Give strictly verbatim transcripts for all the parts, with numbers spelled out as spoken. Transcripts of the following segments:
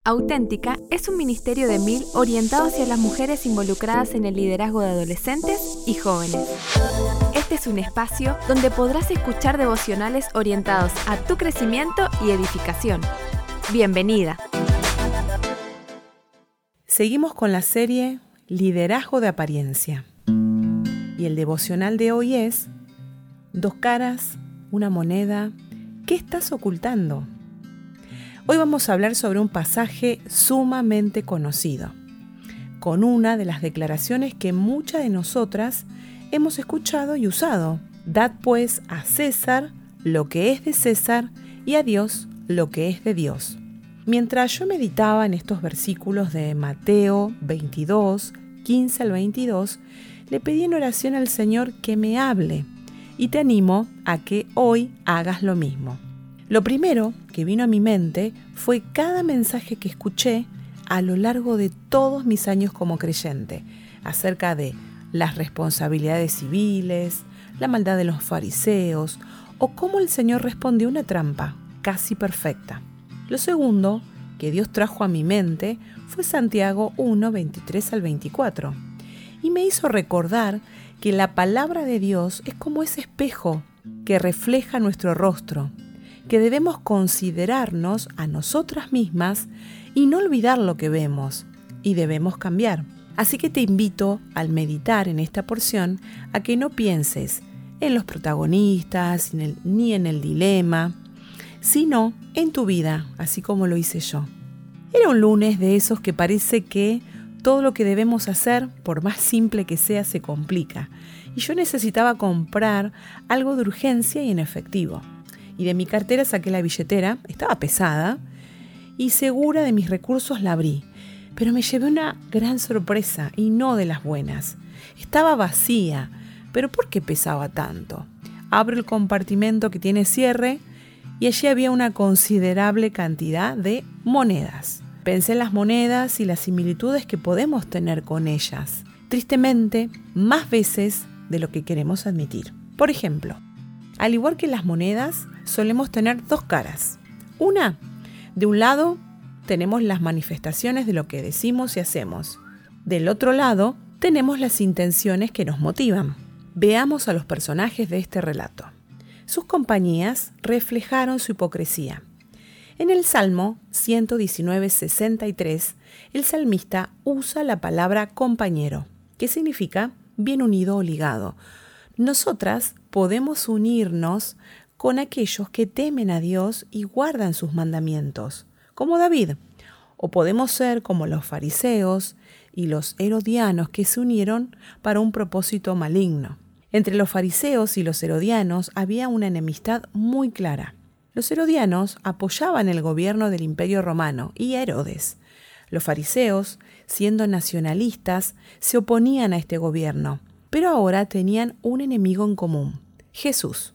Auténtica es un ministerio de Mil orientado hacia las mujeres involucradas en el liderazgo de adolescentes y jóvenes. Este es un espacio donde podrás escuchar devocionales orientados a tu crecimiento y edificación. Bienvenida. Seguimos con la serie Liderazgo de Apariencia. Y el devocional de hoy es Dos caras, una moneda. ¿Qué estás ocultando? Hoy vamos a hablar sobre un pasaje sumamente conocido, con una de las declaraciones que muchas de nosotras hemos escuchado y usado. Dad pues a César lo que es de César y a Dios lo que es de Dios. Mientras yo meditaba en estos versículos de Mateo veintidós, quince al veintidós, le pedí en oración al Señor que me hable y te animo a que hoy hagas lo mismo. Lo primero que vino a mi mente fue cada mensaje que escuché a lo largo de todos mis años como creyente, acerca de las responsabilidades civiles, la maldad de los fariseos, o cómo el Señor respondió una trampa casi perfecta. Lo segundo que Dios trajo a mi mente fue Santiago uno, veintitrés al veinticuatro, y me hizo recordar que la palabra de Dios es como ese espejo que refleja nuestro rostro, que debemos considerarnos a nosotras mismas y no olvidar lo que vemos, y debemos cambiar. Así que te invito al meditar en esta porción a que no pienses en los protagonistas ni en el, ni en el dilema, sino en tu vida, así como lo hice yo. Era un lunes de esos que parece que todo lo que debemos hacer, por más simple que sea, se complica, y yo necesitaba comprar algo de urgencia y en efectivo. Y de mi cartera saqué la billetera, estaba pesada, y segura de mis recursos la abrí. Pero me llevé una gran sorpresa, y no de las buenas. Estaba vacía, pero ¿por qué pesaba tanto? Abro el compartimento que tiene cierre, y allí había una considerable cantidad de monedas. Pensé en las monedas y las similitudes que podemos tener con ellas. Tristemente, más veces de lo que queremos admitir. Por ejemplo, al igual que las monedas, solemos tener dos caras. Una, de un lado, tenemos las manifestaciones de lo que decimos y hacemos. Del otro lado, tenemos las intenciones que nos motivan. Veamos a los personajes de este relato. Sus compañías reflejaron su hipocresía. En el Salmo ciento diecinueve, sesenta y tres, el salmista usa la palabra compañero, que significa bien unido o ligado. Nosotras podemos unirnos con aquellos que temen a Dios y guardan sus mandamientos, como David, o podemos ser como los fariseos y los herodianos que se unieron para un propósito maligno. Entre los fariseos y los herodianos había una enemistad muy clara. Los herodianos apoyaban el gobierno del Imperio Romano y a Herodes. Los fariseos, siendo nacionalistas, se oponían a este gobierno, pero ahora tenían un enemigo en común, Jesús.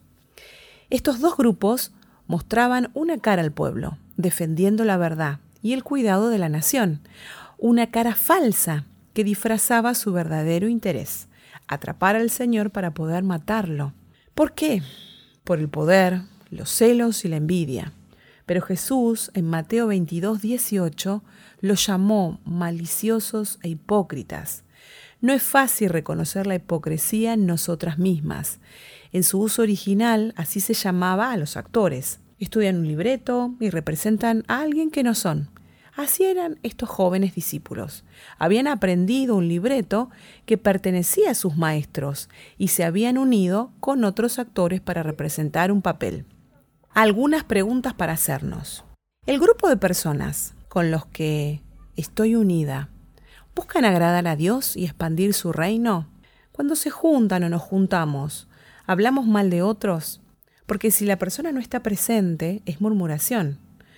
Estos dos grupos mostraban una cara al pueblo, defendiendo la verdad y el cuidado de la nación, una cara falsa que disfrazaba su verdadero interés, atrapar al Señor para poder matarlo. ¿Por qué? Por el poder, los celos y la envidia. Pero Jesús, en Mateo veintidós, dieciocho, los llamó maliciosos e hipócritas. No es fácil reconocer la hipocresía en nosotras mismas. En su uso original, así se llamaba a los actores. Estudian un libreto y representan a alguien que no son. Así eran estos jóvenes discípulos. Habían aprendido un libreto que pertenecía a sus maestros y se habían unido con otros actores para representar un papel. Algunas preguntas para hacernos. ¿El grupo de personas con los que estoy unida buscan agradar a Dios y expandir su reino? Cuando se juntan o nos juntamos, ¿hablamos mal de otros? Porque si la persona no está presente, es murmuración.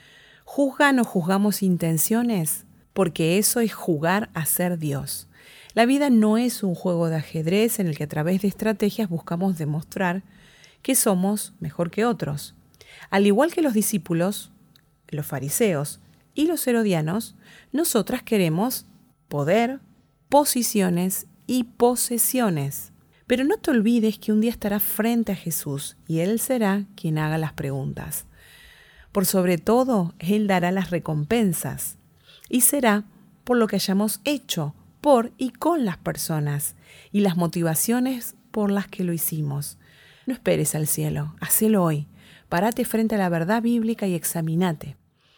¿Juzgan o juzgamos intenciones? Porque eso es jugar a ser Dios. La vida no es un juego de ajedrez en el que a través de estrategias buscamos demostrar que somos mejor que otros. Al igual que los discípulos, los fariseos y los herodianos, nosotras queremos poder, posiciones y posesiones. Pero no te olvides que un día estarás frente a Jesús y Él será quien haga las preguntas. Por sobre todo, Él dará las recompensas. y será por lo que hayamos hecho, por y con las personas, y las motivaciones por las que lo hicimos. No esperes al cielo, hacelo hoy. Párate frente a la verdad bíblica y examínate.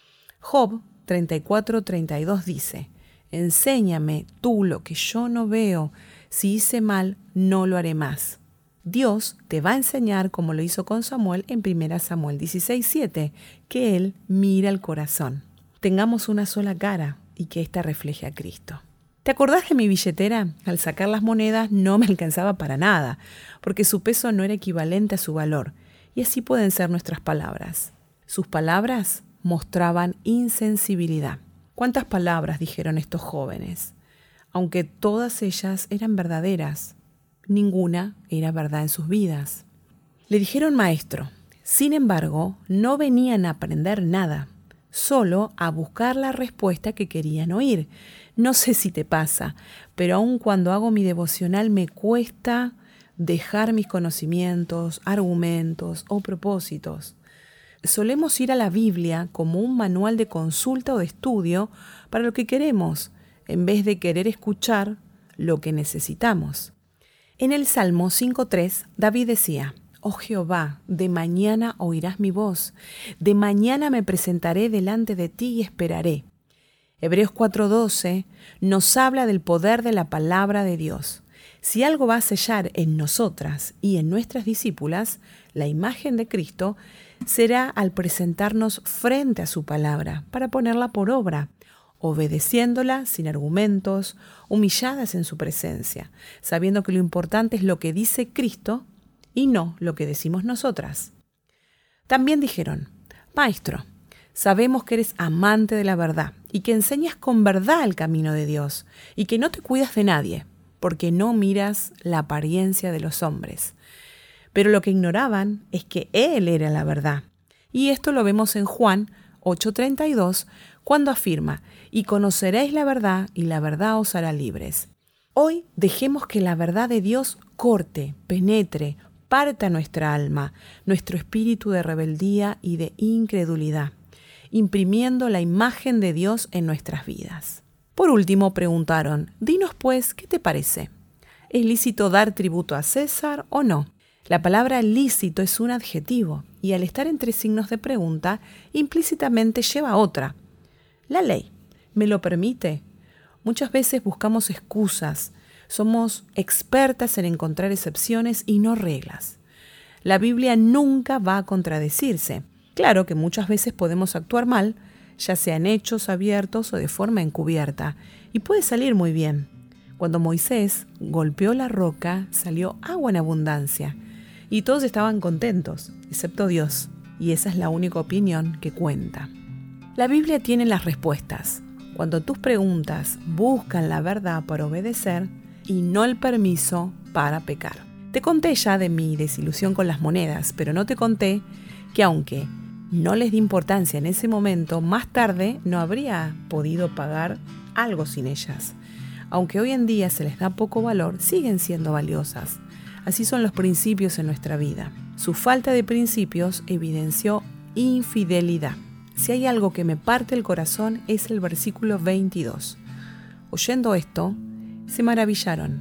Job treinta y cuatro treinta y dos dice: enséñame tú lo que yo no veo. Si hice mal, no lo haré más. Dios te va a enseñar, como lo hizo con Samuel en primera Samuel dieciséis siete, que Él mira el corazón. Tengamos una sola cara y que ésta refleje a Cristo. ¿Te acordás de mi billetera? Al sacar las monedas no me alcanzaba para nada, porque su peso no era equivalente a su valor. Y así pueden ser nuestras palabras. Sus palabras mostraban insensibilidad. ¿Cuántas palabras dijeron estos jóvenes? Aunque todas ellas eran verdaderas, ninguna era verdad en sus vidas. Le dijeron maestro. Sin embargo, no venían a aprender nada, solo a buscar la respuesta que querían oír. No sé si te pasa, pero aun cuando hago mi devocional me cuesta dejar mis conocimientos, argumentos o propósitos. Solemos ir a la Biblia como un manual de consulta o de estudio para lo que queremos, en vez de querer escuchar lo que necesitamos. En el Salmo cinco tres, David decía: Oh Jehová, de mañana oirás mi voz, de mañana me presentaré delante de ti y esperaré. Hebreos cuatro doce nos habla del poder de la palabra de Dios. Si algo va a sellar en nosotras y en nuestras discípulas la imagen de Cristo, será al presentarnos frente a su palabra para ponerla por obra, obedeciéndola sin argumentos, humilladas en su presencia, sabiendo que lo importante es lo que dice Cristo y no lo que decimos nosotras. También dijeron: Maestro, sabemos que eres amante de la verdad y que enseñas con verdad el camino de Dios y que no te cuidas de nadie, porque no miras la apariencia de los hombres. Pero lo que ignoraban es que Él era la verdad. Y esto lo vemos en Juan ocho treinta y dos, cuando afirma: y conoceréis la verdad, y la verdad os hará libres. Hoy dejemos que la verdad de Dios corte, penetre, parta nuestra alma, nuestro espíritu de rebeldía y de incredulidad, imprimiendo la imagen de Dios en nuestras vidas. Por último preguntaron: dinos pues, ¿qué te parece? ¿Es lícito dar tributo a César o no? La palabra lícito es un adjetivo y al estar entre signos de pregunta, implícitamente lleva otra. La ley, ¿me lo permite? Muchas veces buscamos excusas, somos expertas en encontrar excepciones y no reglas. La Biblia nunca va a contradecirse. Claro que muchas veces podemos actuar mal, ya sea en hechos abiertos o de forma encubierta, y puede salir muy bien. Cuando Moisés golpeó la roca, salió agua en abundancia, y todos estaban contentos, excepto Dios, y esa es la única opinión que cuenta. La Biblia tiene las respuestas. Cuando tus preguntas buscan la verdad para obedecer y no el permiso para pecar. Te conté ya de mi desilusión con las monedas, pero no te conté que aunque no les di importancia en ese momento, más tarde no habría podido pagar algo sin ellas. Aunque hoy en día se les da poco valor, siguen siendo valiosas. Así son los principios en nuestra vida. Su falta de principios evidenció infidelidad. Si hay algo que me parte el corazón es el versículo veintidós. Oyendo esto, se maravillaron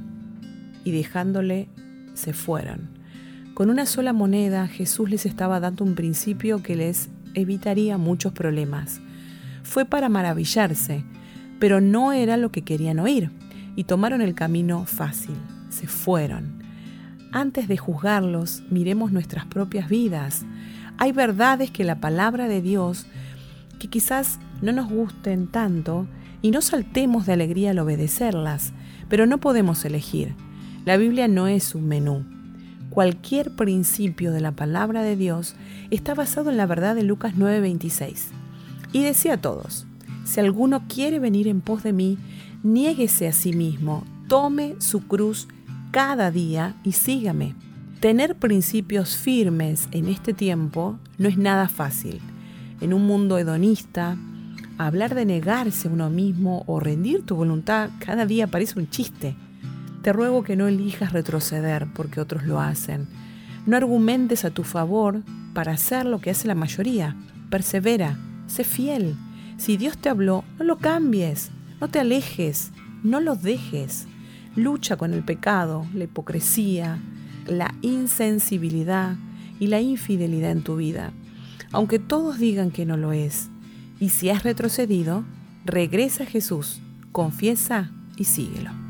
y dejándole se fueron. Con una sola moneda, Jesús les estaba dando un principio que les evitaría muchos problemas. Fue para maravillarse, pero no era lo que querían oír, y tomaron el camino fácil. Se fueron. Antes de juzgarlos, miremos nuestras propias vidas. Hay verdades que la palabra de Dios, que quizás no nos gusten tanto, y no saltemos de alegría al obedecerlas, pero no podemos elegir. La Biblia no es un menú. Cualquier principio de la palabra de Dios está basado en la verdad de Lucas nueve veintiséis. Y decía a todos: si alguno quiere venir en pos de mí, niéguese a sí mismo, tome su cruz cada día y sígame. Tener principios firmes en este tiempo no es nada fácil. En un mundo hedonista, hablar de negarse a uno mismo o rendir tu voluntad cada día parece un chiste. Te ruego que no elijas retroceder porque otros lo hacen. No argumentes a tu favor para hacer lo que hace la mayoría. Persevera, sé fiel. Si Dios te habló, no lo cambies, no te alejes, no lo dejes. Lucha con el pecado, la hipocresía, la insensibilidad y la infidelidad en tu vida, aunque todos digan que no lo es. Y si has retrocedido, regresa a Jesús, confiesa y síguelo.